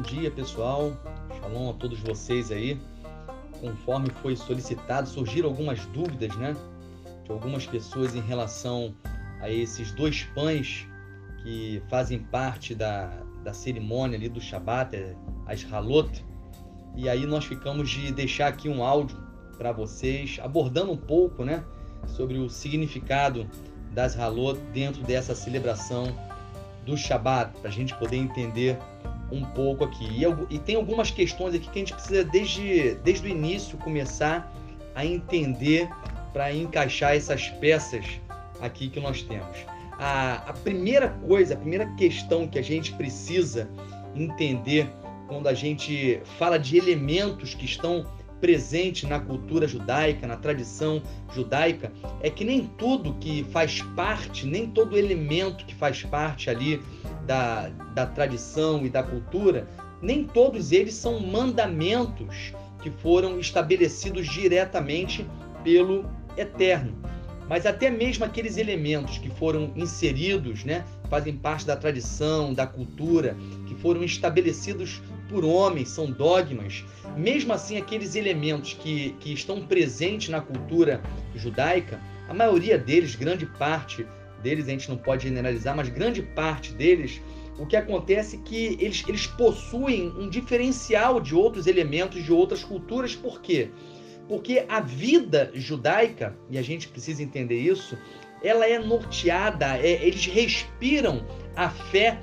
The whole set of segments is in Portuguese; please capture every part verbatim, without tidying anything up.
bom dia, pessoal. Shalom a todos vocês aí. Conforme foi solicitado, surgiram algumas dúvidas, né, de algumas pessoas em relação a esses dois pães que fazem parte da, da cerimônia ali do Shabat, as halot. E aí nós ficamos de deixar aqui um áudio para vocês, abordando um pouco, né, sobre o significado das halot dentro dessa celebração do Shabat, para a gente poder entender um pouco aqui. E, e tem algumas questões aqui que a gente precisa desde, desde o início começar a entender para encaixar essas peças aqui que nós temos. A, a primeira coisa, a primeira questão que a gente precisa entender quando a gente fala de elementos que estão presentes na cultura judaica, na tradição judaica, é que nem tudo que faz parte, nem todo elemento que faz parte ali da, da tradição e da cultura, nem todos eles são mandamentos que foram estabelecidos diretamente pelo Eterno. Mas até mesmo aqueles elementos que foram inseridos, né, fazem parte da tradição, da cultura, que foram estabelecidos por homens, são dogmas. Mesmo assim, aqueles elementos que, que estão presentes na cultura judaica, a maioria deles, grande parte deles, a gente não pode generalizar, mas grande parte deles, o que acontece é que eles, eles possuem um diferencial de outros elementos de outras culturas. Por quê? Porque a vida judaica, e a gente precisa entender isso, ela é norteada, é, eles respiram a fé,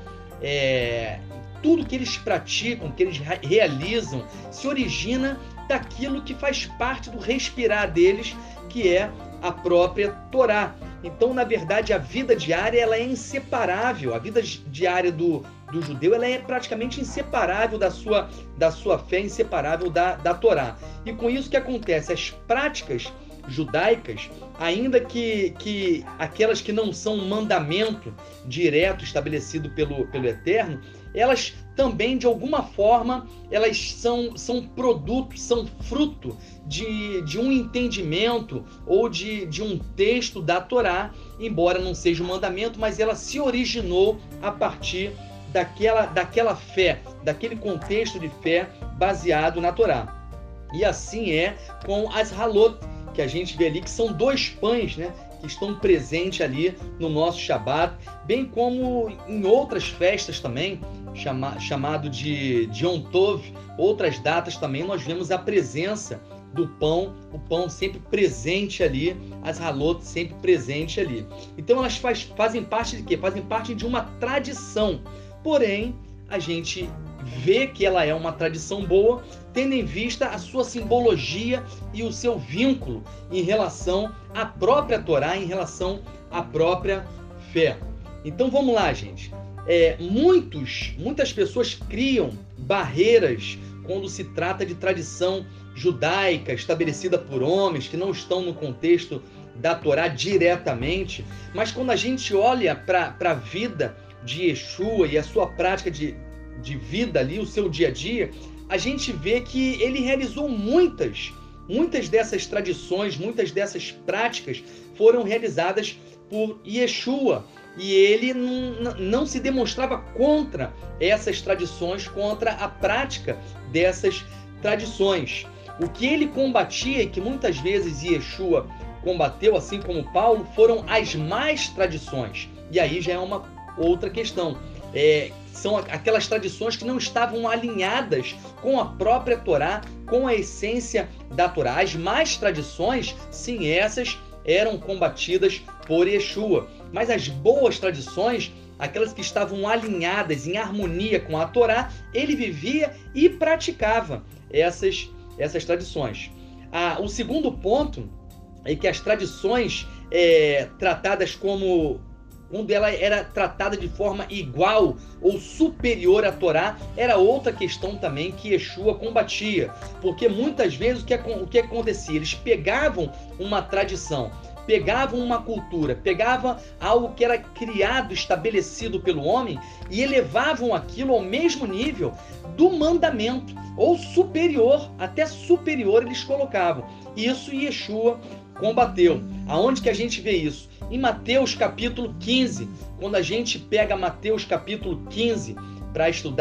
é, tudo que eles praticam, que eles realizam, se origina daquilo que faz parte do respirar deles, que é a própria Torá. Então, na verdade, a vida diária ela é inseparável. A vida diária do, do judeu ela é praticamente inseparável da sua, da sua fé, inseparável da, da Torá. E com isso que acontece, as práticas judaicas, ainda que, que aquelas que não são um mandamento direto estabelecido pelo, pelo Eterno, elas também, de alguma forma, elas são, são produto, são fruto de, de um entendimento ou de, de um texto da Torá, embora não seja um mandamento, mas ela se originou a partir daquela, daquela fé, daquele contexto de fé baseado na Torá. E assim é com as halot, que a gente vê ali, que são dois pães, né, que estão presentes ali no nosso Shabat, bem como em outras festas também, chama, chamado de, de Yom Tov, outras datas também, nós vemos a presença do pão, o pão sempre presente ali, as halot sempre presente ali. Então elas faz, fazem parte de quê? Fazem parte de uma tradição, porém a gente vê que ela é uma tradição boa, tendo em vista a sua simbologia e o seu vínculo em relação à própria Torá, em relação à própria fé. Então vamos lá, gente. É, muitos, muitas pessoas criam barreiras quando se trata de tradição judaica estabelecida por homens que não estão no contexto da Torá diretamente, mas quando a gente olha para a vida de Yeshua e a sua prática de, de vida ali, o seu dia a dia, a gente vê que ele realizou muitas, muitas dessas tradições, muitas dessas práticas foram realizadas por Yeshua. E ele não, não se demonstrava contra essas tradições, contra a prática dessas tradições. O que ele combatia, e que muitas vezes Yeshua combateu, assim como Paulo, foram as más tradições. E aí já é uma outra questão. É, são aquelas tradições que não estavam alinhadas com a própria Torá, com a essência da Torá. As más tradições, sim, essas eram combatidas por Yeshua. Mas as boas tradições, aquelas que estavam alinhadas em harmonia com a Torá, ele vivia e praticava essas, essas tradições. Ah, o segundo ponto é que as tradições é, tratadas como... quando ela era tratada de forma igual ou superior à Torá, era outra questão também que Yeshua combatia. Porque muitas vezes o que, o que acontecia? Eles pegavam uma tradição, pegavam uma cultura, pegavam algo que era criado, estabelecido pelo homem e elevavam aquilo ao mesmo nível do mandamento, ou superior, até superior eles colocavam. Isso Yeshua combateu. Aonde que a gente vê isso? Em Mateus capítulo quinze, quando a gente pega Mateus capítulo quinze para estudar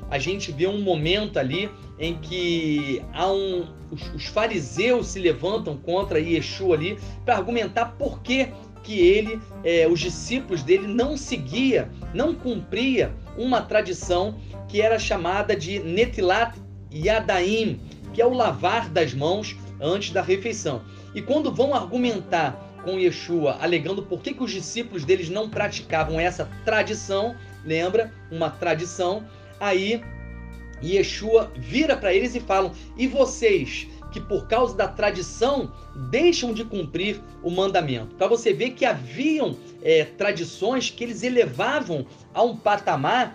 a gente vê um momento ali em que há um, os, os fariseus se levantam contra Yeshua ali para argumentar por que que ele, é, os discípulos dele não seguia, não cumpria uma tradição que era chamada de Netilat Yadaim, que é o lavar das mãos antes da refeição. E quando vão argumentar com Yeshua, alegando por que, que os discípulos deles não praticavam essa tradição, lembra? Uma tradição, aí Yeshua vira para eles e falam: e vocês, que por causa da tradição deixam de cumprir o mandamento? Para você ver que haviam é, tradições que eles elevavam a um patamar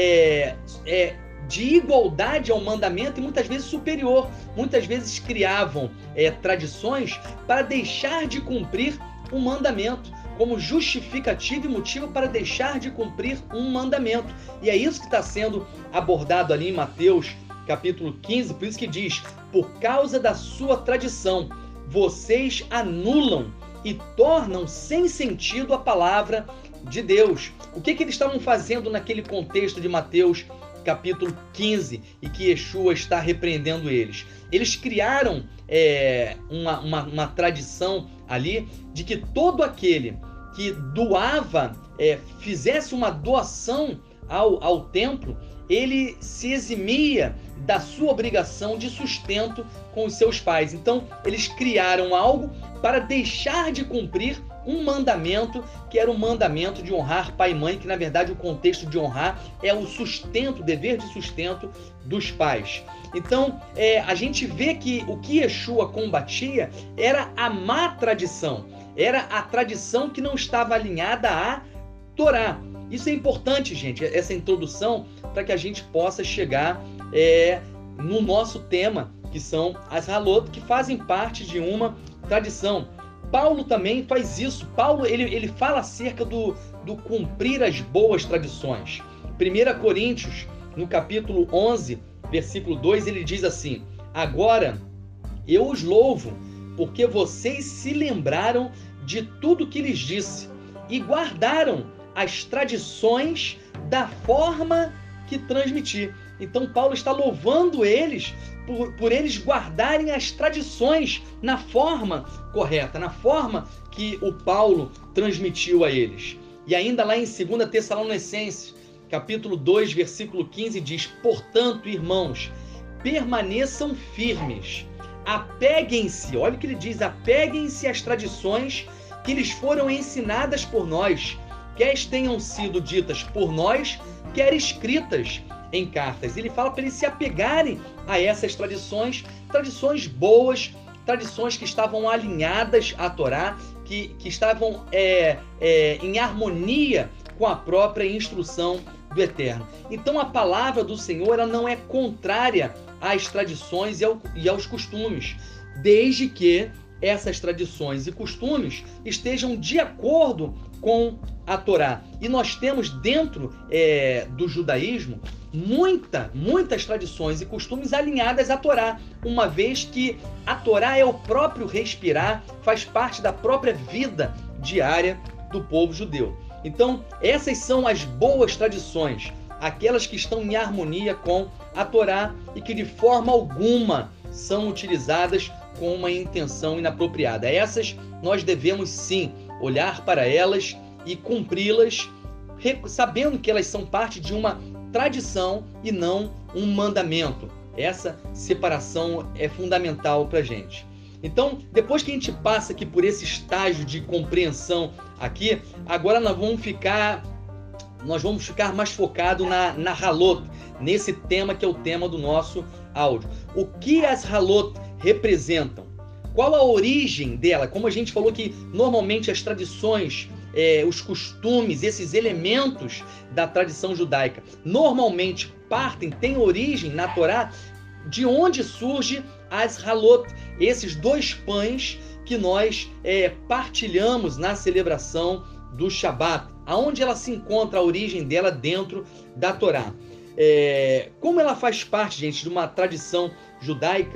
é, é, de igualdade ao mandamento e muitas vezes superior. Muitas vezes criavam é, tradições para deixar de cumprir um mandamento, como justificativa e motivo para deixar de cumprir um mandamento. E é isso que está sendo abordado ali em Mateus capítulo quinze, por isso que diz: por causa da sua tradição, vocês anulam e tornam sem sentido a palavra de Deus. O que, que eles estavam fazendo naquele contexto de Mateus capítulo quinze, e que Yeshua está repreendendo eles? Eles criaram é, uma, uma, uma tradição ali de que todo aquele que doava, é, fizesse uma doação ao, ao templo, ele se eximia da sua obrigação de sustento com os seus pais. Então, eles criaram algo para deixar de cumprir um mandamento, que era o mandamento de honrar pai e mãe, que na verdade o contexto de honrar é o sustento, o dever de sustento dos pais. Então, é, a gente vê que o que Yeshua combatia era a má tradição, era a tradição que não estava alinhada à Torá. Isso é importante, gente, essa introdução, para que a gente possa chegar é, no nosso tema, que são as halot, que fazem parte de uma tradição. Paulo também faz isso. Paulo ele, ele fala acerca do, do cumprir as boas tradições. primeira Coríntios, no capítulo onze, versículo dois, ele diz assim: agora eu os louvo, porque vocês se lembraram de tudo que lhes disse e guardaram as tradições da forma que transmiti. Então Paulo está louvando eles por, por eles guardarem as tradições na forma correta, na forma que o Paulo transmitiu a eles. E ainda lá em segunda Tessalonicenses, capítulo dois, versículo quinze, diz: portanto, irmãos, permaneçam firmes, apeguem-se, olha o que ele diz, apeguem-se às tradições que lhes foram ensinadas por nós, quer tenham sido ditas por nós, quer escritas em cartas. Ele fala para eles se apegarem a essas tradições, tradições boas, tradições que estavam alinhadas à Torá, que, que estavam é, é, em harmonia com a própria instrução do Eterno. Então a palavra do Senhor ela não é contrária às tradições e, ao, e aos costumes, desde que essas tradições e costumes estejam de acordo com a Torá. E nós temos dentro é, do judaísmo muita, muitas tradições e costumes alinhadas à Torá, uma vez que a Torá é o próprio respirar, faz parte da própria vida diária do povo judeu. Então, essas são as boas tradições, aquelas que estão em harmonia com a Torá e que de forma alguma são utilizadas com uma intenção inapropriada. Essas nós devemos sim olhar para elas e cumpri-las, sabendo que elas são parte de uma tradição e não um mandamento. Essa separação é fundamental para a gente. Então, depois que a gente passa aqui por esse estágio de compreensão aqui, agora nós vamos ficar, nós vamos ficar mais focados na, na halot, nesse tema que é o tema do nosso áudio. O que as halot representam? Qual a origem dela? Como a gente falou que normalmente as tradições, é, os costumes, esses elementos da tradição judaica normalmente partem, têm origem na Torá. De onde surge as halot, esses dois pães que nós é, partilhamos na celebração do Shabat? Aonde ela se encontra, a origem dela dentro da Torá? É, como ela faz parte, gente, de uma tradição judaica,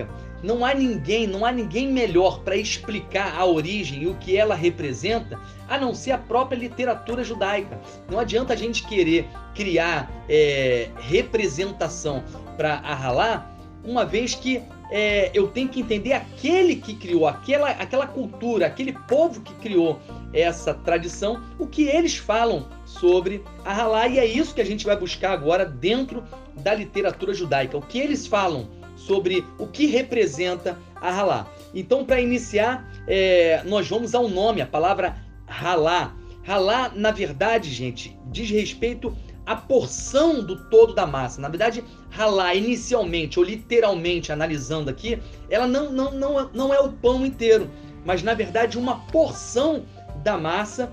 não há ninguém, não há ninguém melhor para explicar a origem e o que ela representa, a não ser a própria literatura judaica. Não adianta a gente querer criar é, representação para a Halá, uma vez que é, eu tenho que entender aquele que criou, aquela, aquela cultura, aquele povo que criou essa tradição, o que eles falam sobre a Halá, e é isso que a gente vai buscar agora dentro da literatura judaica, o que eles falam sobre o que representa a Halá. Então, para iniciar, é, nós vamos ao nome, a palavra Halá. Halá, na verdade, gente, diz respeito à porção do todo da massa. Na verdade, Halá, inicialmente, ou literalmente analisando aqui, ela não, não, não, não é o pão inteiro, mas, na verdade, uma porção da massa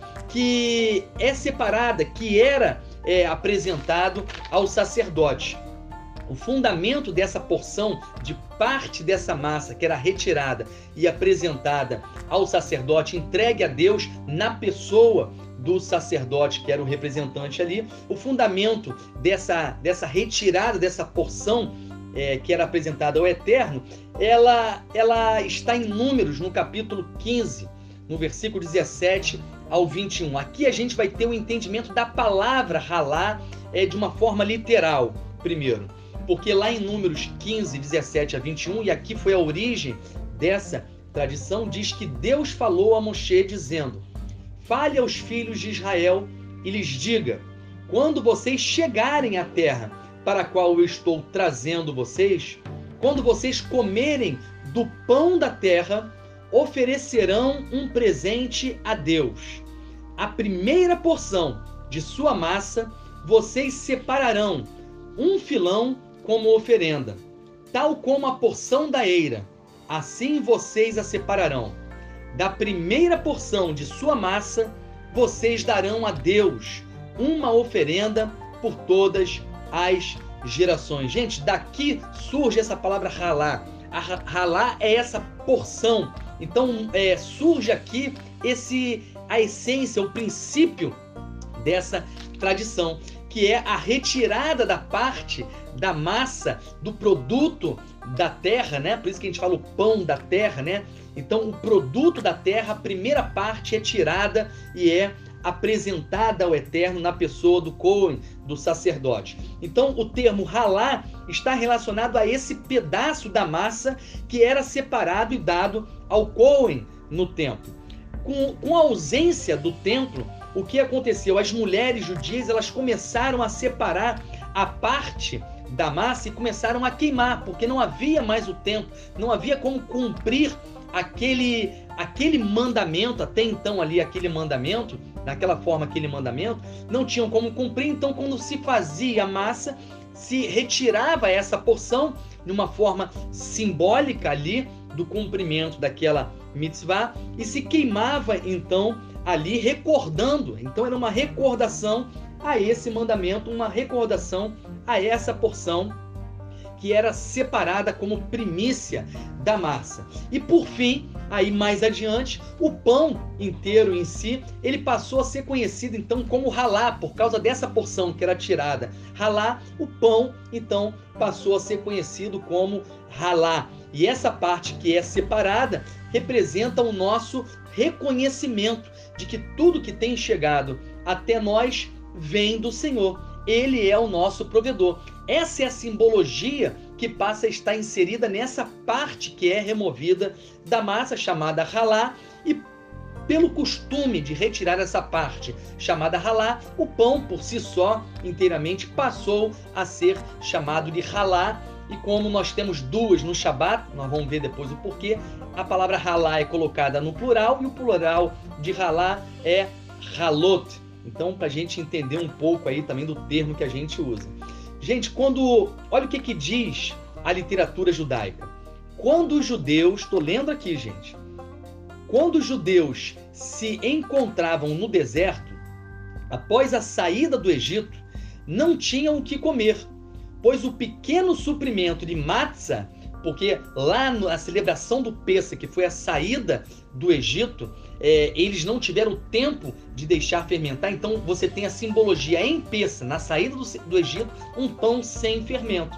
que é separada, que era é, apresentado ao sacerdote. O fundamento dessa porção, de parte dessa massa que era retirada e apresentada ao sacerdote, entregue a Deus na pessoa do sacerdote, que era o representante ali, o fundamento dessa, dessa retirada, dessa porção é, que era apresentada ao Eterno, ela, ela está em Números, no capítulo quinze, no versículo dezessete ao vinte e um. Aqui a gente vai ter o entendimento da palavra Halá é, de uma forma literal, primeiro. Porque lá em Números quinze, dezessete a vinte e um, e aqui foi a origem dessa tradição, diz que Deus falou a Moshe dizendo: fale aos filhos de Israel e lhes diga, quando vocês chegarem à terra para a qual eu estou trazendo vocês, quando vocês comerem do pão da terra, oferecerão um presente a Deus. A primeira porção de sua massa vocês separarão um filão como oferenda, tal como a porção da eira, assim vocês a separarão. Da primeira porção de sua massa, vocês darão a Deus uma oferenda por todas as gerações. Gente, daqui surge essa palavra Halá. A Halá é essa porção. Então, é, surge aqui esse, a essência, o princípio dessa tradição, que é a retirada da parte da massa, do produto da terra, né? Por isso que a gente fala o pão da terra, né? Então, o produto da terra, a primeira parte é tirada e é apresentada ao Eterno na pessoa do Cohen, do sacerdote. Então, o termo Halá está relacionado a esse pedaço da massa que era separado e dado ao Cohen no templo. Com, com a ausência do templo, o que aconteceu? As mulheres judias, elas começaram a separar a parte da massa e começaram a queimar, porque não havia mais o templo, não havia como cumprir aquele, aquele mandamento, até então ali aquele mandamento, daquela forma aquele mandamento, não tinham como cumprir. Então, quando se fazia a massa, se retirava essa porção de uma forma simbólica ali do cumprimento daquela mitzvah e se queimava então ali recordando. Então era uma recordação a esse mandamento, uma recordação a essa porção que era separada como primícia da massa. E por fim, aí mais adiante, o pão inteiro em si, ele passou a ser conhecido então como Halá, por causa dessa porção que era tirada. Halá, o pão, então passou a ser conhecido como Halá. E essa parte que é separada representa o nosso reconhecimento de que tudo que tem chegado até nós vem do Senhor. Ele é o nosso provedor. Essa é a simbologia que passa a estar inserida nessa parte que é removida da massa chamada Halá, e pelo costume de retirar essa parte chamada Halá, o pão por si só, inteiramente, passou a ser chamado de Halá. E como nós temos duas no Shabat, nós vamos ver depois o porquê, a palavra Halá é colocada no plural e o plural de Halá é Halot. Então, para a gente entender um pouco aí também do termo que a gente usa. Gente, quando... olha o que, que diz a literatura judaica. Quando os judeus... estou lendo aqui, gente. Quando os judeus se encontravam no deserto, após a saída do Egito, não tinham o que comer, pois o pequeno suprimento de matzah, porque lá na celebração do Pêssach, que foi a saída do Egito, é, eles não tiveram tempo de deixar fermentar. Então você tem a simbologia em Pêssach, na saída do, do Egito, um pão sem fermento.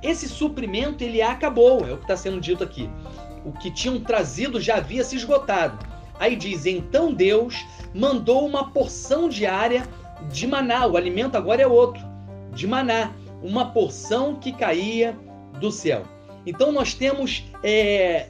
esse suprimento ele acabou, é o que está sendo dito aqui. O que tinham trazido já havia se esgotado. Aí diz, então Deus mandou uma porção diária de maná, o alimento agora é outro, de maná, uma porção que caía do céu. Então nós temos é,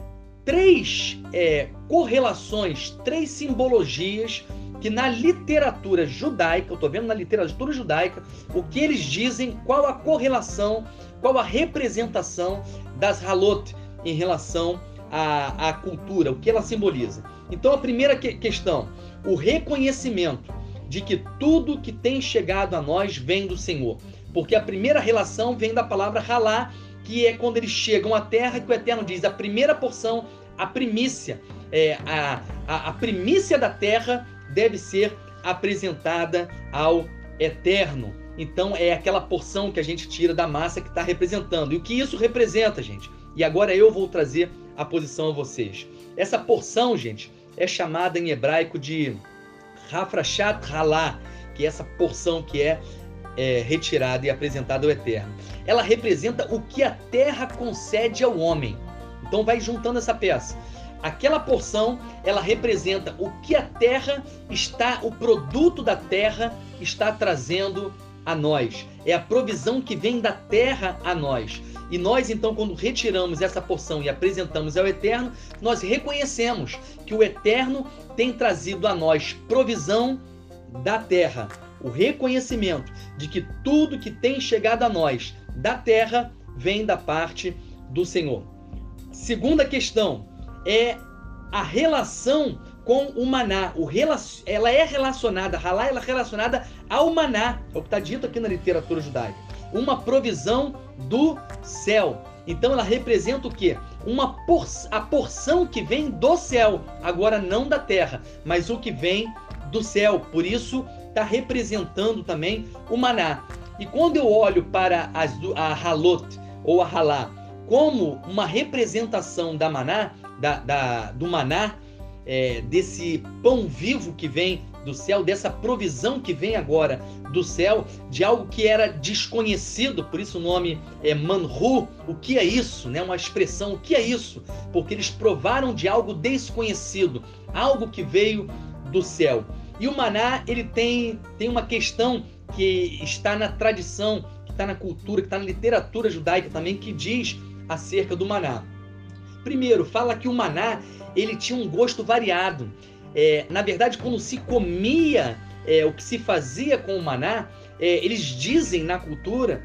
três é, correlações, três simbologias que na literatura judaica, eu estou vendo na literatura judaica, o que eles dizem, qual a correlação, qual a representação das halot em relação à, à cultura, o que ela simboliza. Então a primeira que, questão, o reconhecimento de que tudo que tem chegado a nós vem do Senhor. Porque a primeira relação vem da palavra halá, que é quando eles chegam à terra, que o Eterno diz, a primeira porção, a primícia, é, a, a, a primícia da terra deve ser apresentada ao Eterno. Então é aquela porção que a gente tira da massa que está representando. E o que isso representa, gente? E agora eu vou trazer a posição a vocês. Essa porção, gente, é chamada em hebraico de Hafrashat Halá, que é essa porção que é, é retirada e apresentada ao Eterno. Ela representa o que a terra concede ao homem. Então vai juntando essa peça. Aquela porção, ela representa o que a terra está, o produto da terra está trazendo a nós. É a provisão que vem da terra a nós. E nós, então, quando retiramos essa porção e apresentamos ao Eterno, nós reconhecemos que o Eterno tem trazido a nós provisão da terra. O reconhecimento de que tudo que tem chegado a nós da terra vem da parte do Senhor. Segunda questão é a relação com o maná. O rela... Ela é relacionada, halá, ela é relacionada ao maná. É o que está dito aqui na literatura judaica. Uma provisão do céu. Então ela representa o quê? Uma por... a porção que vem do céu. Agora não da terra, mas o que vem do céu. Por isso está representando também o maná. E quando eu olho para as... a halot ou a halá como uma representação da maná, da, da, do maná, é, desse pão vivo que vem do céu, dessa provisão que vem agora do céu, de algo que era desconhecido, por isso o nome é manhu. O que é isso? Né? Uma expressão, o que é isso? Porque eles provaram de algo desconhecido, algo que veio do céu. E o maná, ele tem, tem uma questão que está na tradição, que está na cultura, que está na literatura judaica também, que diz acerca do maná. Primeiro, fala que o maná, ele tinha um gosto variado. É, na verdade, quando se comia, é, o que se fazia com o maná, é, eles dizem na cultura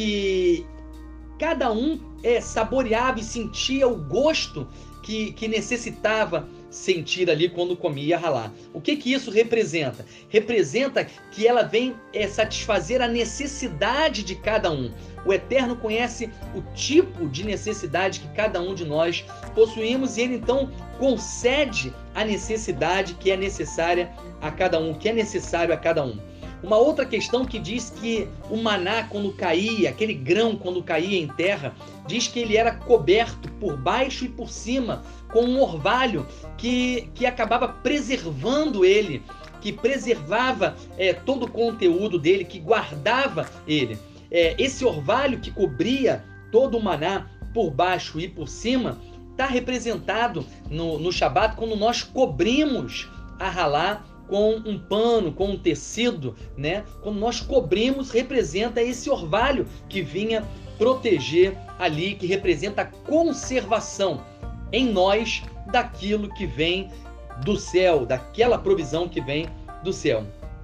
que cada um é, saboreava e sentia o gosto que, que necessitava sentir ali quando comia halá. O que que isso representa? Representa que ela vem é, satisfazer a necessidade de cada um. O Eterno conhece o tipo de necessidade que cada um de nós possuímos e Ele então concede a necessidade que é necessária a cada um, que é necessário a cada um. Uma outra questão que diz que o maná, quando caía, aquele grão quando caía em terra, diz que ele era coberto por baixo e por cima com um orvalho que, que acabava preservando ele, que preservava é, todo o conteúdo dele, que guardava ele. É, esse orvalho que cobria todo o maná por baixo e por cima está representado no, no Shabat quando nós cobrimos a halá com um pano, com um tecido, né? Quando nós cobrimos, representa esse orvalho que vinha proteger ali, que representa a conservação em nós daquilo que vem do céu, daquela provisão que vem do céu.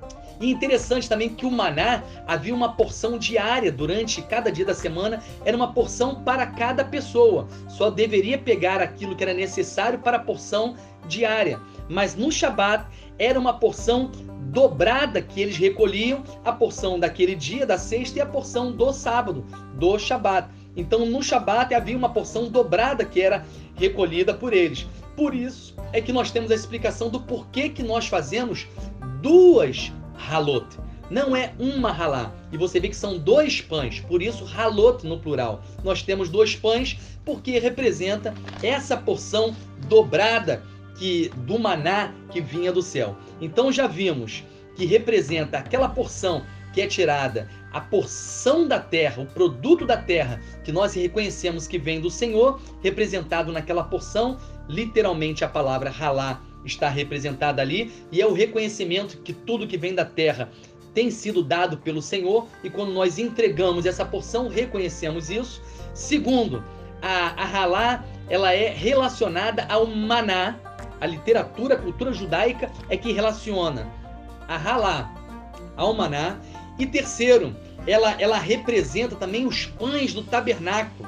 E interessante também que o maná havia uma porção diária durante cada dia da semana, era uma porção para cada pessoa. Só deveria pegar aquilo que era necessário para a porção diária. Mas no Shabat era uma porção dobrada que eles recolhiam, a porção daquele dia, da sexta, e a porção do sábado, do Shabat. Então no Shabat havia uma porção dobrada que era recolhida por eles. Por isso é que nós temos a explicação do porquê que nós fazemos duas halot. Não é uma halá. E você vê que são dois pães, por isso halot no plural. Nós temos dois pães porque representa essa porção dobrada que, do maná que vinha do céu. Então já vimos que representa aquela porção que é tirada a porção da terra, o produto da terra, que nós reconhecemos que vem do Senhor, representado naquela porção, literalmente a palavra halá está representada ali, e é o reconhecimento que tudo que vem da terra tem sido dado pelo Senhor, e quando nós entregamos essa porção, reconhecemos isso. Segundo, a, a halá, ela é relacionada ao maná. A literatura, a cultura judaica é que relaciona a halá ao maná. E terceiro, ela, ela representa também os pães do tabernáculo.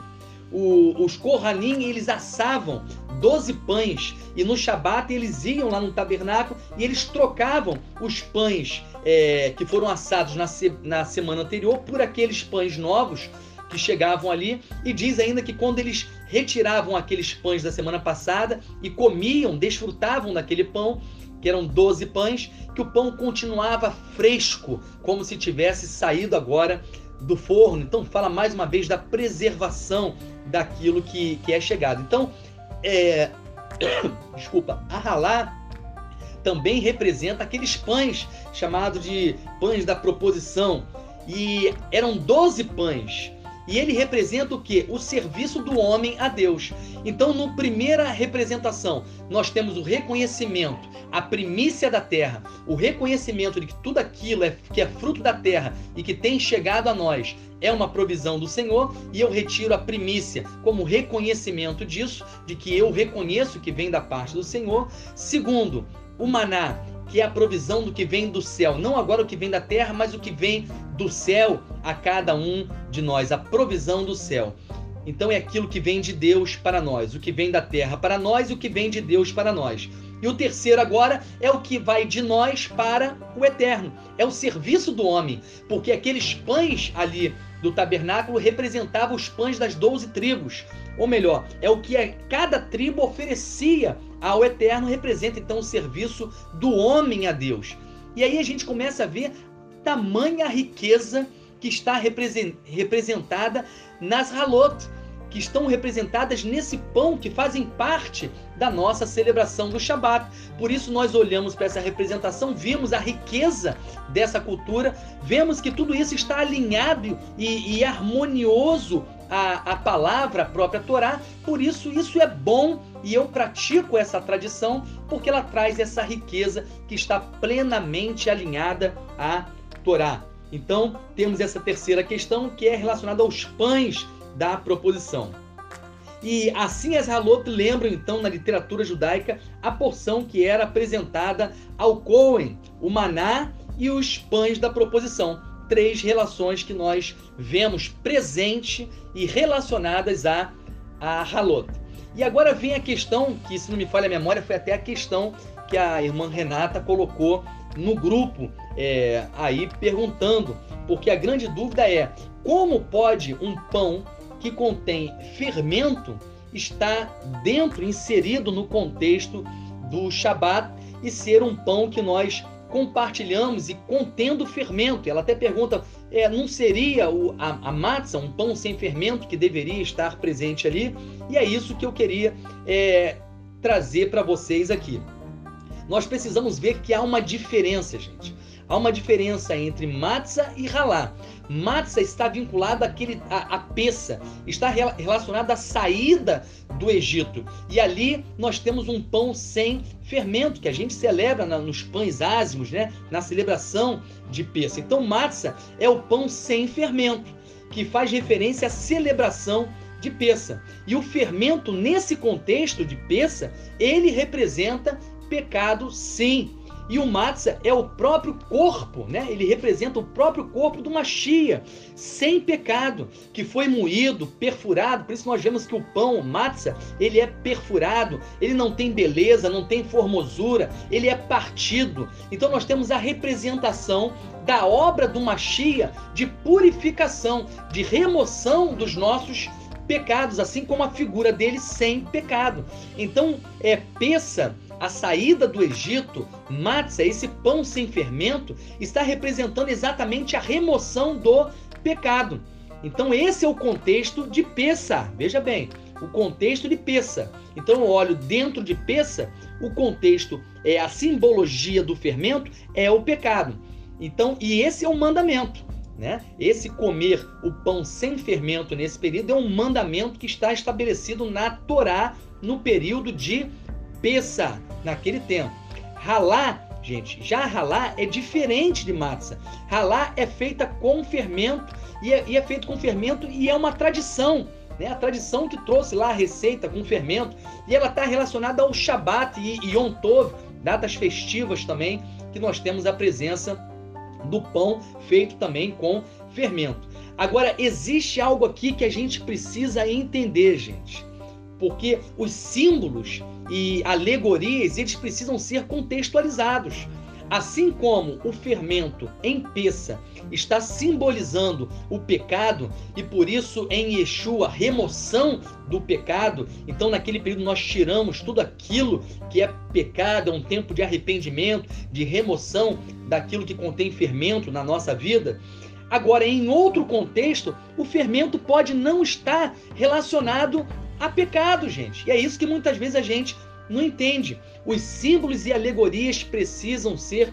O, os Kohanim, eles assavam doze pães, e no Shabat eles iam lá no tabernáculo e eles trocavam os pães é, que foram assados na, se, na semana anterior por aqueles pães novos que chegavam ali. E diz ainda que quando eles retiravam aqueles pães da semana passada e comiam, desfrutavam daquele pão, que eram doze pães, que o pão continuava fresco, como se tivesse saído agora do forno. Então fala mais uma vez da preservação daquilo que, que é chegado. Então, é... desculpa, a halá também representa aqueles pães chamados de pães da proposição, e eram doze pães. E ele representa o quê? O serviço do homem a Deus. Então, na primeira representação, nós temos o reconhecimento, a primícia da terra, o reconhecimento de que tudo aquilo é, que é fruto da terra e que tem chegado a nós é uma provisão do Senhor, e eu retiro a primícia como reconhecimento disso, de que eu reconheço que vem da parte do Senhor. Segundo, o maná, que é a provisão do que vem do céu, não agora o que vem da terra, mas o que vem do céu a cada um de nós, a provisão do céu. Então é aquilo que vem de Deus para nós, o que vem da terra para nós e o que vem de Deus para nós. E o terceiro agora é o que vai de nós para o eterno, é o serviço do homem, porque aqueles pães ali do tabernáculo representavam os pães das doze tribos, ou melhor, é o que cada tribo oferecia ao eterno, representa então o serviço do homem a Deus. E aí a gente começa a ver tamanha riqueza que está representada nas halot, que estão representadas nesse pão, que fazem parte da nossa celebração do Shabat. Por isso nós olhamos para essa representação, vimos a riqueza dessa cultura, vemos que tudo isso está alinhado e, e harmonioso à, à palavra, à própria Torá. Por isso isso é bom, e eu pratico essa tradição, porque ela traz essa riqueza que está plenamente alinhada à Torá. Então temos essa terceira questão, que é relacionada aos pães da proposição. E assim as halot lembram então na literatura judaica a porção que era apresentada ao Cohen, o maná e os pães da proposição. Três relações que nós vemos presente e relacionadas a, a halot. E agora vem a questão, que se não me falha a memória, foi até a questão que a irmã Renata colocou no grupo, é, aí perguntando, porque a grande dúvida é: como pode um pão que contém fermento estar dentro, inserido no contexto do Shabat, e ser um pão que nós compartilhamos e contendo fermento? Ela até pergunta, é, não seria o, a, a matzah, um pão sem fermento, que deveria estar presente ali? E é isso que eu queria é, trazer para vocês aqui. Nós precisamos ver que há uma diferença, gente. Há uma diferença entre matzah e halá. Matzah está vinculada àquele, à, à peça, está relacionada à saída do Egito. E ali nós temos um pão sem fermento, que a gente celebra na, nos pães ázimos, né? Na celebração de Pêssah. Então matzah é o pão sem fermento, que faz referência à celebração de Pêssah. E o fermento, nesse contexto de Pêssah, ele representa pecado, sim. E o matzah é o próprio corpo, né? Ele representa o próprio corpo de uma chia sem pecado, que foi moído, perfurado. Por isso nós vemos que o pão, o matzah, ele é perfurado, ele não tem beleza, não tem formosura, ele é partido. Então nós temos a representação da obra do Mashiach de purificação, de remoção dos nossos pecados, assim como a figura dele sem pecado. Então, é Pêssah, a saída do Egito, matzah, esse pão sem fermento, está representando exatamente a remoção do pecado. Então esse é o contexto de Pêssah. Veja bem, o contexto de Pêssah. Então eu olho dentro de Pêssah, o contexto, é a simbologia do fermento é o pecado. Então, e esse é um mandamento, né? Esse comer o pão sem fermento nesse período é um mandamento que está estabelecido na Torá no período de Pessah, naquele tempo. Ralá, gente, já ralá é diferente de matzah. Ralá é feita com fermento e é, e é feito com fermento e é uma tradição, né? A tradição que trouxe lá a receita com fermento e ela está relacionada ao Shabat e, e Yom Tov, datas festivas também, que nós temos a presença do pão feito também com fermento. Agora, existe algo aqui que a gente precisa entender, gente, porque os símbolos e alegorias, eles precisam ser contextualizados. Assim como o fermento em Pessah está simbolizando o pecado e por isso em Yeshua remoção do pecado, então naquele período nós tiramos tudo aquilo que é pecado, é um tempo de arrependimento, de remoção daquilo que contém fermento na nossa vida. Agora, em outro contexto, o fermento pode não estar relacionado a pecado, gente. E é isso que muitas vezes a gente não entende. Os símbolos e alegorias precisam ser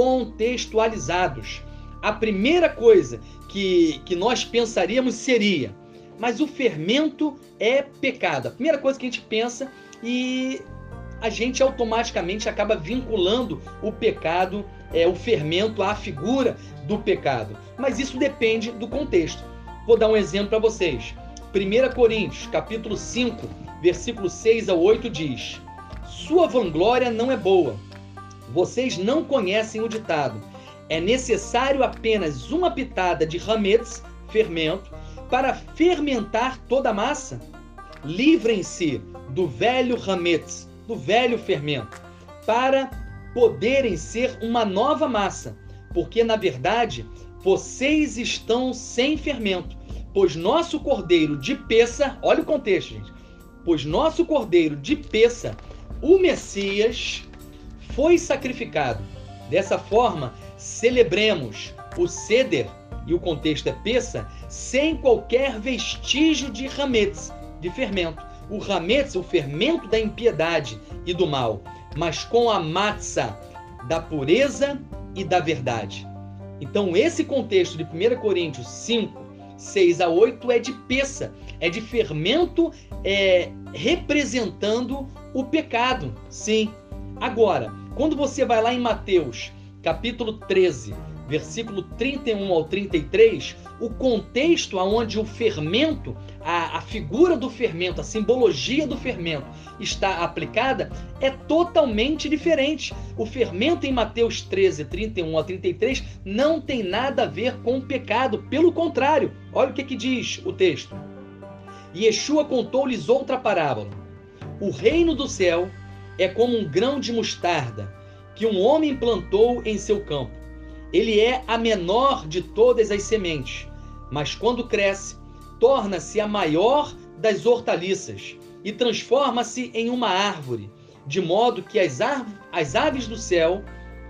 contextualizados. A primeira coisa que, que nós pensaríamos seria, mas o fermento é pecado. A primeira coisa que a gente pensa e a gente automaticamente acaba vinculando o pecado, é, o fermento à figura do pecado. Mas isso depende do contexto. Vou dar um exemplo para vocês. primeira Coríntios, capítulo cinco, versículo seis ao oito diz: sua vanglória não é boa. Vocês não conhecem o ditado: é necessário apenas uma pitada de hametz, fermento, para fermentar toda a massa? Livrem-se do velho hametz, do velho fermento, para poderem ser uma nova massa, porque na verdade vocês estão sem fermento, pois nosso cordeiro de Pessah, olha o contexto, gente, pois nosso cordeiro de Pessah, o Messias, foi sacrificado. Dessa forma, celebremos o Seder, e o contexto é Pessah, sem qualquer vestígio de hametz, de fermento. O hametz, o fermento da impiedade e do mal, mas com a matzah da pureza e da verdade. Então, esse contexto de primeira Coríntios cinco, seis a oito é de Pessah, é de fermento é, representando o pecado, sim. Agora, quando você vai lá em Mateus, capítulo treze, versículo trinta e um ao trinta e três, o contexto onde o fermento, a, a figura do fermento, a simbologia do fermento está aplicada é totalmente diferente. O fermento em Mateus treze, trinta e um a trinta e três não tem nada a ver com o pecado, pelo contrário, olha o que, que diz o texto. E Yeshua contou-lhes outra parábola. O reino do céu é como um grão de mostarda que um homem plantou em seu campo. Ele é a menor de todas as sementes, mas quando cresce, torna-se a maior das hortaliças e transforma-se em uma árvore, de modo que as, as aves do céu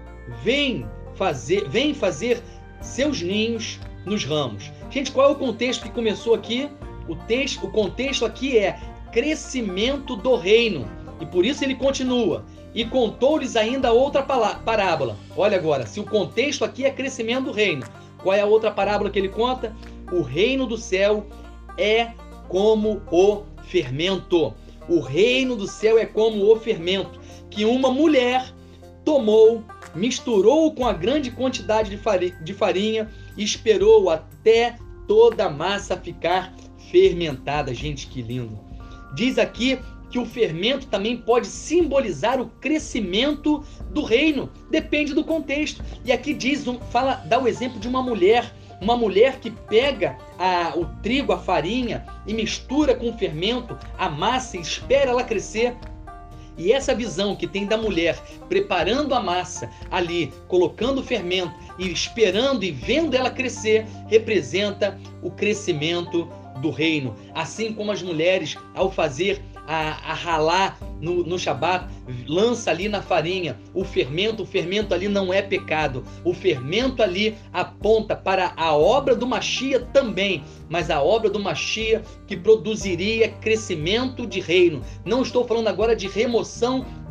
vêm fazer, vêm fazer seus ninhos nos ramos. Gente, qual é o contexto que começou aqui? O, texto, o contexto aqui é crescimento do reino, e por isso ele continua. E contou-lhes ainda outra parábola. Olha agora, se o contexto aqui é crescimento do reino, qual é a outra parábola que ele conta? O reino do céu é como o fermento. O reino do céu é como o fermento, que uma mulher tomou, misturou com a grande quantidade de farinha e esperou até toda a massa ficar fermentada. Gente, que lindo. Diz aqui que o fermento também pode simbolizar o crescimento do reino. Depende do contexto. E aqui diz, fala, dá o exemplo de uma mulher, uma mulher que pega a, o trigo, a farinha e mistura com o fermento, a massa e espera ela crescer. E essa visão que tem da mulher preparando a massa ali, colocando o fermento e esperando e vendo ela crescer, representa o crescimento do reino. Assim como as mulheres, ao fazer A, a ralar no, no Shabat, lança ali na farinha o fermento, o fermento ali não é pecado, o fermento ali aponta para a obra do Mashiach também, mas a obra do Mashiach que produziria crescimento de reino. Não estou falando agora de remoção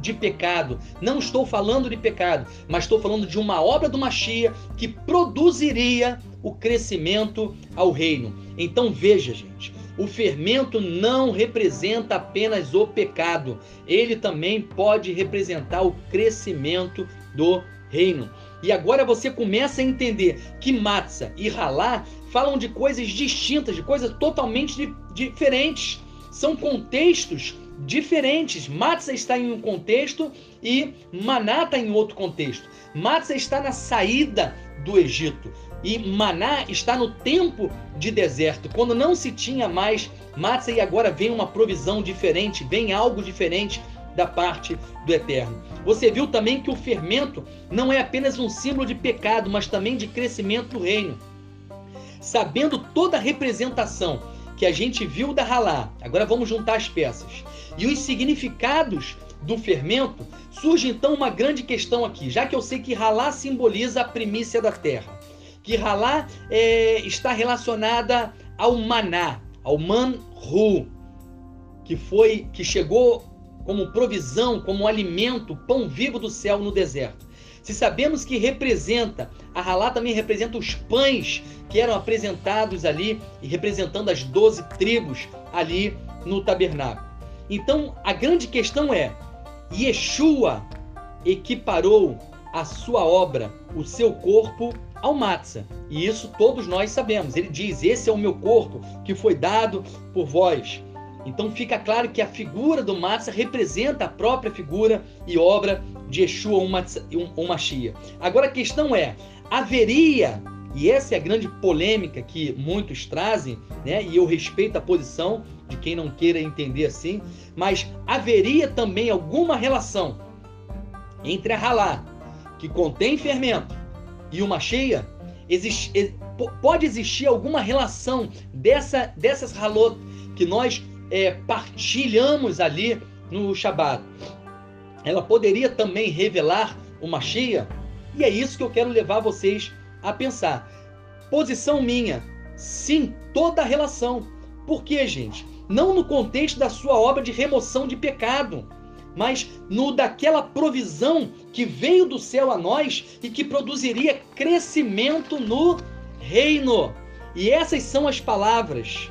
de pecado. Não estou falando de pecado, mas estou falando de uma obra do Mashiach que produziria o crescimento ao reino. Então veja, gente, o fermento não representa apenas o pecado, ele também pode representar o crescimento do reino. E agora você começa a entender que matzah e halá falam de coisas distintas, de coisas totalmente di- diferentes. São contextos diferentes. Matzah está em um contexto e maná está em outro contexto. Matzah está na saída do Egito e maná está no tempo de deserto, quando não se tinha mais matzah, e agora vem uma provisão diferente, vem algo diferente da parte do Eterno. Você viu também que o fermento não é apenas um símbolo de pecado, mas também de crescimento do reino. Sabendo toda a representação que a gente viu da halá, agora vamos juntar as peças, e os significados do fermento, surge então uma grande questão aqui, já que eu sei que halá simboliza a primícia da terra, que halá é, está relacionada ao maná, ao manru, que foi, que chegou como provisão, como alimento, pão vivo do céu no deserto. Se sabemos que representa, a halá também representa os pães que eram apresentados ali, e representando as doze tribos ali no tabernáculo. Então, a grande questão é, Yeshua equiparou a sua obra, o seu corpo, ao matzah. E isso todos nós sabemos. Ele diz, esse é o meu corpo que foi dado por vós. Então fica claro que a figura do matzah representa a própria figura e obra de Yeshua, o Mashiach. Agora a questão é, haveria, e essa é a grande polêmica que muitos trazem, né? E eu respeito a posição de quem não queira entender assim, mas haveria também alguma relação entre a halá, que contém fermento, e o Mashiach? Existe, pode existir alguma relação dessa, dessas halot que nós é, partilhamos ali no Shabat? Ela poderia também revelar o Mashiach? E é isso que eu quero levar vocês a pensar. Posição minha, sim, toda a relação. Por quê, gente? Não no contexto da sua obra de remoção de pecado, mas no daquela provisão que veio do céu a nós e que produziria crescimento no reino. E essas são as palavras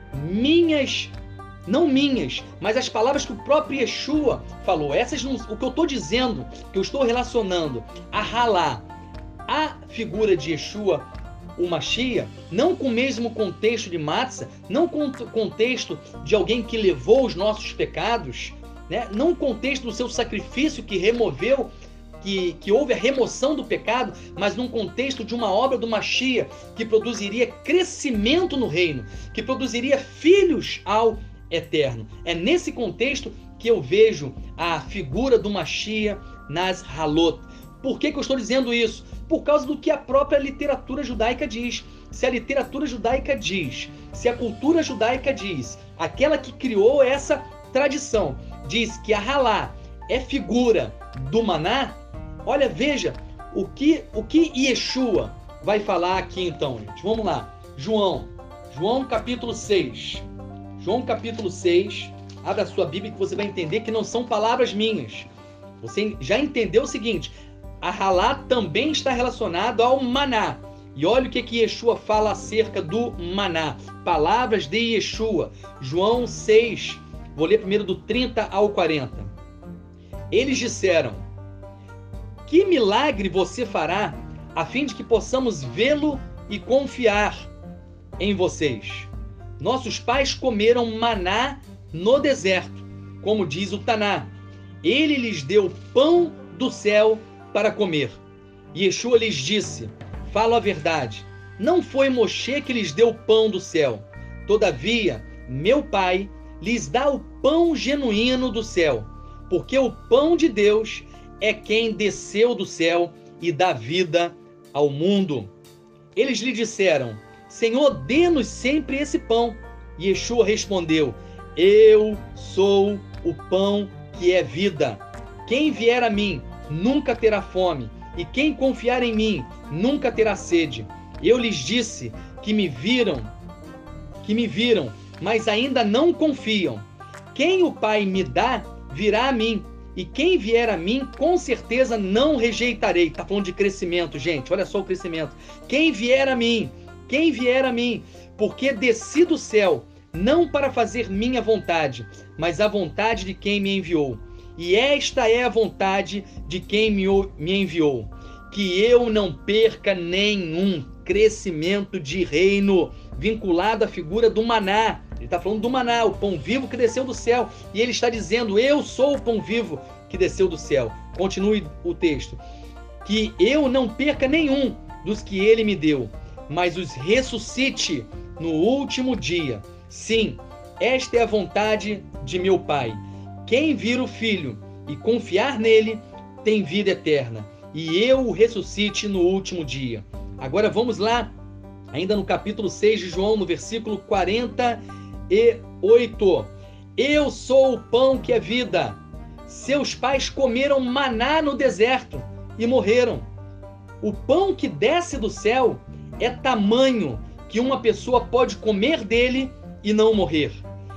minhas, não minhas, mas as palavras que o próprio Yeshua falou. Essas não, o que eu estou dizendo, que eu estou relacionando a halá, a figura de Yeshua, o Mashiach, não com o mesmo contexto de matzah, não com o contexto de alguém que levou os nossos pecados, né? Não o contexto do seu sacrifício que removeu, que, que houve a remoção do pecado, mas num contexto de uma obra do Mashiach que produziria crescimento no reino, que produziria filhos ao Eterno. É nesse contexto que eu vejo a figura do Mashiach nas halot. Por que que eu estou dizendo isso? Por causa do que a própria literatura judaica diz. Se a literatura judaica diz, se a cultura judaica diz, aquela que criou essa tradição, diz que a halá é figura do maná, olha, veja, o que, o que Yeshua vai falar aqui então, gente. Vamos lá. João, João capítulo seis. João capítulo seis, abra a sua Bíblia que você vai entender que não são palavras minhas. Você já entendeu o seguinte, a halá também está relacionado ao maná. E olha o que que Yeshua fala acerca do maná. Palavras de Yeshua. João seis, vou ler primeiro do trinta ao quarenta. Eles disseram, que milagre você fará, a fim de que possamos vê-lo e confiar em vocês? Nossos pais comeram maná no deserto, como diz o Taná. Ele lhes deu pão do céu para comer. Yeshua lhes disse, falo a verdade, não foi Moshe que lhes deu pão do céu. Todavia, meu Pai lhes dá o pão genuíno do céu, porque o pão de Deus é quem desceu do céu e dá vida ao mundo. Eles lhe disseram, Senhor, dê-nos sempre esse pão. Yeshua respondeu, eu sou o pão que é vida. Quem vier a mim nunca terá fome, e quem confiar em mim nunca terá sede. Eu lhes disse que me viram, que me viram, mas ainda não confiam. Quem o Pai me dá, virá a mim, e quem vier a mim, com certeza não rejeitarei. Está falando de crescimento, gente. Olha só o crescimento. Quem vier a mim, quem vier a mim, porque desci do céu, não para fazer minha vontade, mas a vontade de quem me enviou. E esta é a vontade de quem me enviou, que eu não perca nenhum crescimento de reino, vinculado à figura do maná. Ele está falando do maná, o pão vivo que desceu do céu. E ele está dizendo, eu sou o pão vivo que desceu do céu. Continue o texto. Que eu não perca nenhum dos que ele me deu, mas os ressuscite no último dia. Sim, esta é a vontade de meu Pai. Quem vir o Filho e confiar nele tem vida eterna, e eu o ressuscite no último dia. Agora vamos lá, ainda no capítulo seis de João, no versículo quarenta e oito. Eu sou o pão que é vida. Seus pais comeram maná no deserto e morreram. O pão que desce do céu é tamanho que uma pessoa pode comer dele e não morrer.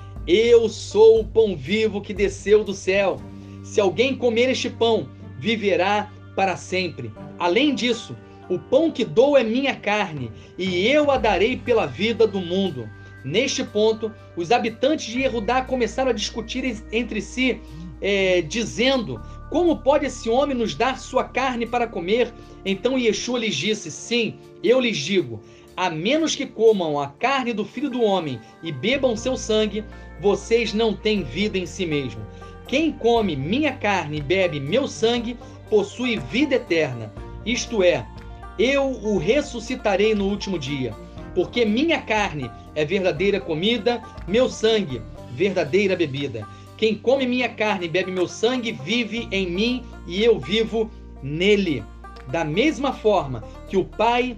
Eu sou o pão vivo que desceu do céu. Se alguém comer este pão, viverá para sempre. Além disso, o pão que dou é minha carne, e eu a darei pela vida do mundo. Neste ponto, os habitantes de Yehudá começaram a discutir entre si, é, dizendo, como pode esse homem nos dar sua carne para comer? Então Yeshua lhes disse, sim, eu lhes digo, a menos que comam a carne do Filho do Homem e bebam seu sangue, vocês não têm vida em si mesmo. Quem come minha carne e bebe meu sangue, possui vida eterna. Isto é, eu o ressuscitarei no último dia. Porque minha carne é verdadeira comida, meu sangue, verdadeira bebida. Quem come minha carne e bebe meu sangue, vive em mim e eu vivo nele. Da mesma forma que o Pai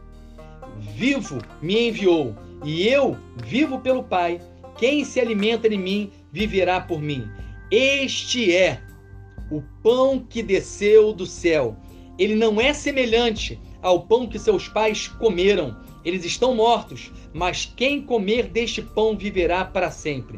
vivo me enviou, e eu vivo pelo Pai, quem se alimenta de mim, viverá por mim. Este é o pão que desceu do céu. Ele não é semelhante ao pão que seus pais comeram. Eles estão mortos, mas quem comer deste pão viverá para sempre.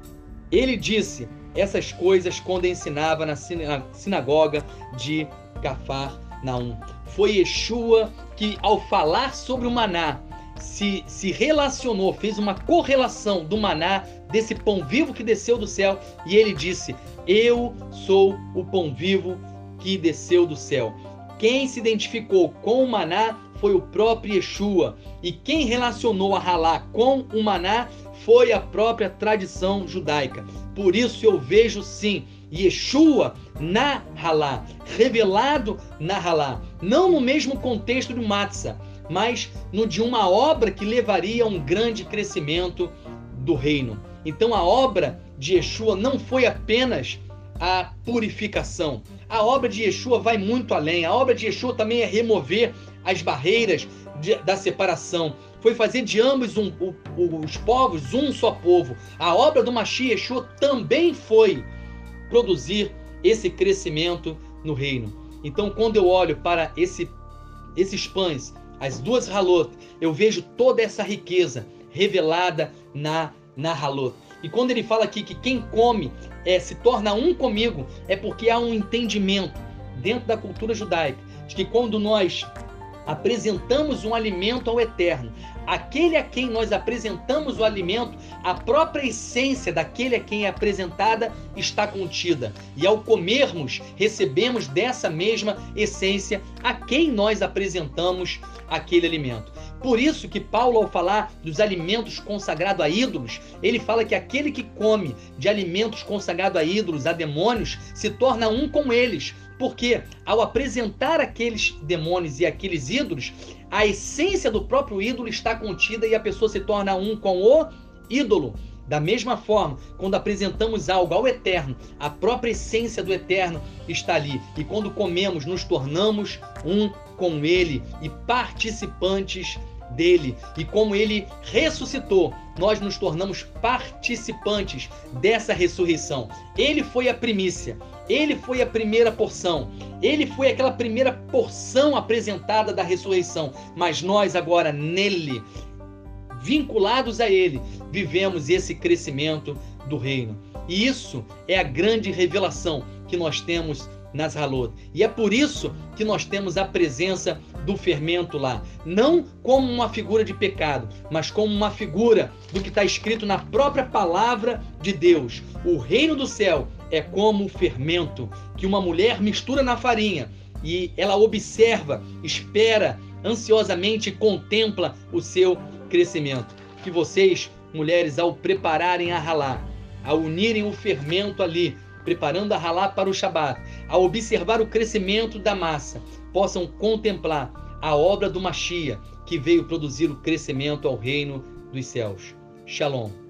Ele disse essas coisas quando ensinava na sinagoga de Cafarnaum. Foi Yeshua que, ao falar sobre o maná, se, se relacionou, fez uma correlação do maná, desse pão vivo que desceu do céu, e ele disse, eu sou o pão vivo que desceu do céu. Quem se identificou com o maná foi o próprio Yeshua, e quem relacionou a halá com o maná foi a própria tradição judaica. Por isso eu vejo sim, Yeshua na halá, revelado na halá, não no mesmo contexto do matzah, mas no de uma obra que levaria a um grande crescimento do reino. Então a obra de Yeshua não foi apenas a purificação. A obra de Yeshua vai muito além. A obra de Yeshua também é remover as barreiras de, da separação. Foi fazer de ambos um, o, os povos um só povo. A obra do Mashiach Yeshua também foi produzir esse crescimento no reino. Então, quando eu olho para esse, esses pães, as duas halot, eu vejo toda essa riqueza revelada na, na halot. E quando ele fala aqui que quem come é, se torna um comigo, é porque há um entendimento dentro da cultura judaica de que quando nós apresentamos um alimento ao Eterno, aquele a quem nós apresentamos o alimento, a própria essência daquele a quem é apresentada está contida. E ao comermos, recebemos dessa mesma essência a quem nós apresentamos aquele alimento. Por isso que Paulo, ao falar dos alimentos consagrados a ídolos, ele fala que aquele que come de alimentos consagrados a ídolos, a demônios, se torna um com eles. Porque ao apresentar aqueles demônios e aqueles ídolos, a essência do próprio ídolo está contida e a pessoa se torna um com o ídolo. Da mesma forma, quando apresentamos algo ao Eterno, a própria essência do Eterno está ali. E quando comemos, nos tornamos um com Ele e participantes dele. E como Ele ressuscitou, nós nos tornamos participantes dessa ressurreição. Ele foi a primícia. Ele foi a primeira porção. Ele foi aquela primeira porção apresentada da ressurreição. Mas nós agora, nele, vinculados a Ele, vivemos esse crescimento do reino. E isso é a grande revelação que nós temos nas halot. E é por isso que nós temos a presença do fermento lá. Não como uma figura de pecado, mas como uma figura do que está escrito na própria palavra de Deus. O reino do céu é como o fermento que uma mulher mistura na farinha e ela observa, espera ansiosamente e contempla o seu crescimento. Que vocês, mulheres, ao prepararem a halá, ao unirem o fermento ali, preparando a halá para o Shabat, ao observar o crescimento da massa, possam contemplar a obra do Mashiach, que veio produzir o crescimento ao reino dos céus. Shalom.